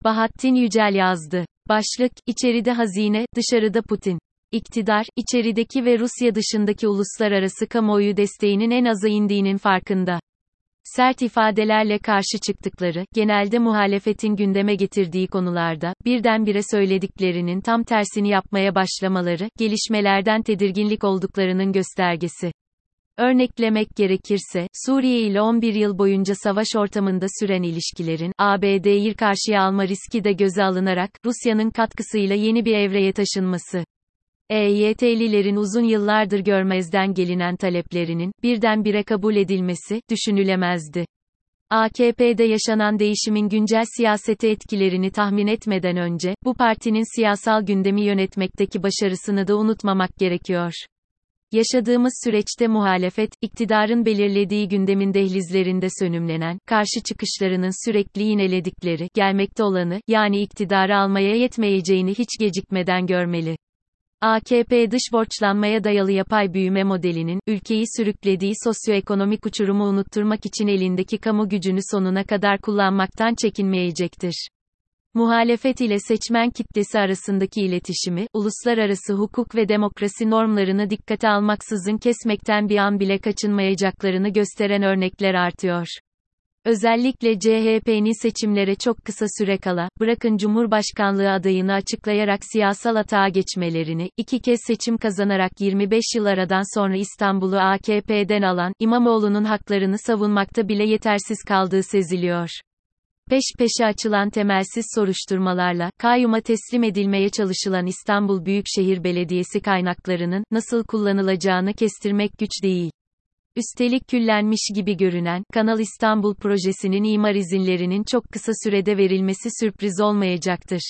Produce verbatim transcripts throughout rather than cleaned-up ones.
Bahattin Yücel yazdı. Başlık, içeride hazine, dışarıda Putin. İktidar, içerideki ve Rusya dışındaki uluslararası kamuoyu desteğinin en aza indiğinin farkında. Sert ifadelerle karşı çıktıkları, genelde muhalefetin gündeme getirdiği konularda, birdenbire söylediklerinin tam tersini yapmaya başlamaları, gelişmelerden tedirginlik olduklarının göstergesi. Örneklemek gerekirse, Suriye ile on bir yıl boyunca savaş ortamında süren ilişkilerin, A B D'yi karşıya alma riski de göze alınarak, Rusya'nın katkısıyla yeni bir evreye taşınması. E Y T'lilerin uzun yıllardır görmezden gelinen taleplerinin, birdenbire kabul edilmesi, düşünülemezdi. A K P'de yaşanan değişimin güncel siyasete etkilerini tahmin etmeden önce, bu partinin siyasal gündemi yönetmekteki başarısını da unutmamak gerekiyor. Yaşadığımız süreçte muhalefet, iktidarın belirlediği gündemin dehlizlerinde sönümlenen, karşı çıkışlarının sürekli yineledikleri, gelmekte olanı, yani iktidarı almaya yetmeyeceğini hiç gecikmeden görmeli. A K P dış borçlanmaya dayalı yapay büyüme modelinin, ülkeyi sürüklediği sosyoekonomik uçurumu unutturmak için elindeki kamu gücünü sonuna kadar kullanmaktan çekinmeyecektir. Muhalefet ile seçmen kitlesi arasındaki iletişimi, uluslararası hukuk ve demokrasi normlarını dikkate almaksızın kesmekten bir an bile kaçınmayacaklarını gösteren örnekler artıyor. Özellikle C H P'nin seçimlere çok kısa süre kala, bırakın Cumhurbaşkanlığı adayını açıklayarak siyasal atağa geçmelerini, iki kez seçim kazanarak yirmi beş yıl aradan sonra İstanbul'u A K P'den alan, İmamoğlu'nun haklarını savunmakta bile yetersiz kaldığı seziliyor. Peş peşe açılan temelsiz soruşturmalarla, kayyuma teslim edilmeye çalışılan İstanbul Büyükşehir Belediyesi kaynaklarının, nasıl kullanılacağını kestirmek güç değil. Üstelik küllenmiş gibi görünen, Kanal İstanbul projesinin imar izinlerinin çok kısa sürede verilmesi sürpriz olmayacaktır.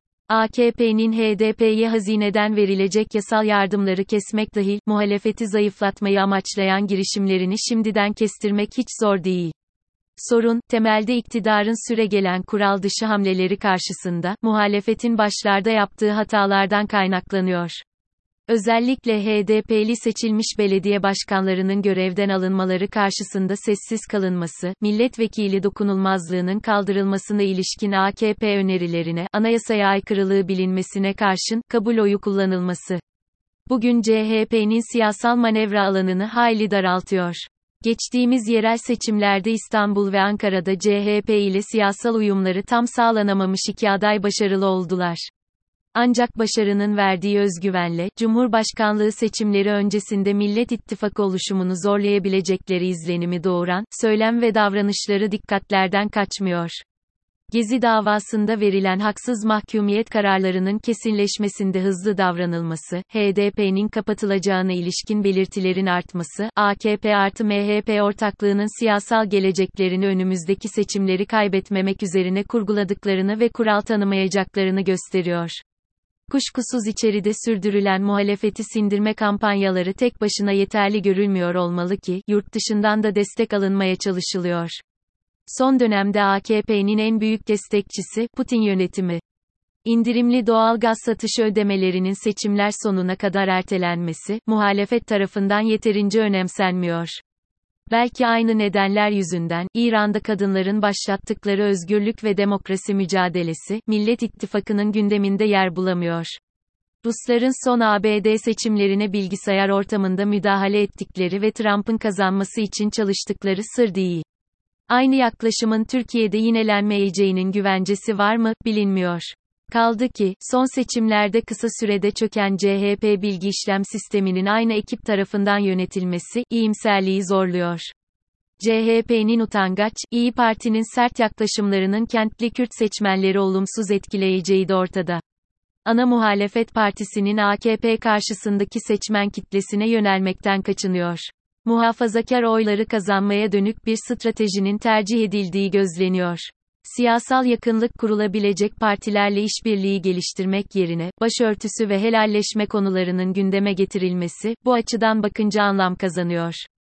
A K P'nin H D P'ye hazineden verilecek yasal yardımları kesmek dahil, muhalefeti zayıflatmayı amaçlayan girişimlerini şimdiden kestirmek hiç zor değil. Sorun, temelde iktidarın süregelen kural dışı hamleleri karşısında, muhalefetin başlarda yaptığı hatalardan kaynaklanıyor. Özellikle H D P'li seçilmiş belediye başkanlarının görevden alınmaları karşısında sessiz kalınması, milletvekili dokunulmazlığının kaldırılmasına ilişkin A K P önerilerine, anayasaya aykırılığı bilinmesine karşın, kabul oyu kullanılması. Bugün C H P'nin siyasal manevra alanını hayli daraltıyor. Geçtiğimiz yerel seçimlerde İstanbul ve Ankara'da C H P ile siyasal uyumları tam sağlanamamış iki aday başarılı oldular. Ancak başarının verdiği özgüvenle, Cumhurbaşkanlığı seçimleri öncesinde Millet İttifakı oluşumunu zorlayabilecekleri izlenimi doğuran, söylem ve davranışları dikkatlerden kaçmıyor. Gezi davasında verilen haksız mahkumiyet kararlarının kesinleşmesinde hızlı davranılması, H D P'nin kapatılacağına ilişkin belirtilerin artması, A K P artı M H P ortaklığının siyasal geleceklerini önümüzdeki seçimleri kaybetmemek üzerine kurguladıklarını ve kural tanımayacaklarını gösteriyor. Kuşkusuz içeride sürdürülen muhalefeti sindirme kampanyaları tek başına yeterli görülmüyor olmalı ki, yurt dışından da destek alınmaya çalışılıyor. Son dönemde A K P'nin en büyük destekçisi, Putin yönetimi. İndirimli doğalgaz satışı ödemelerinin seçimler sonuna kadar ertelenmesi, muhalefet tarafından yeterince önemsenmiyor. Belki aynı nedenler yüzünden, İran'da kadınların başlattıkları özgürlük ve demokrasi mücadelesi, Millet İttifakı'nın gündeminde yer bulamıyor. Rusların son A B D seçimlerine bilgisayar ortamında müdahale ettikleri ve Trump'ın kazanması için çalıştıkları sır değil. Aynı yaklaşımın Türkiye'de yinelenmeyeceğinin güvencesi var mı, bilinmiyor. Kaldı ki, son seçimlerde kısa sürede çöken C H P bilgi işlem sisteminin aynı ekip tarafından yönetilmesi, iyimserliği zorluyor. C H P'nin utangaç, İyi Parti'nin sert yaklaşımlarının kentli Kürt seçmenleri olumsuz etkileyeceği de ortada. Ana muhalefet partisinin A K P karşısındaki seçmen kitlesine yönelmekten kaçınıyor. Muhafazakar oyları kazanmaya dönük bir stratejinin tercih edildiği gözleniyor. Siyasal yakınlık kurulabilecek partilerle işbirliği geliştirmek yerine, başörtüsü ve helalleşme konularının gündeme getirilmesi, bu açıdan bakınca anlam kazanıyor.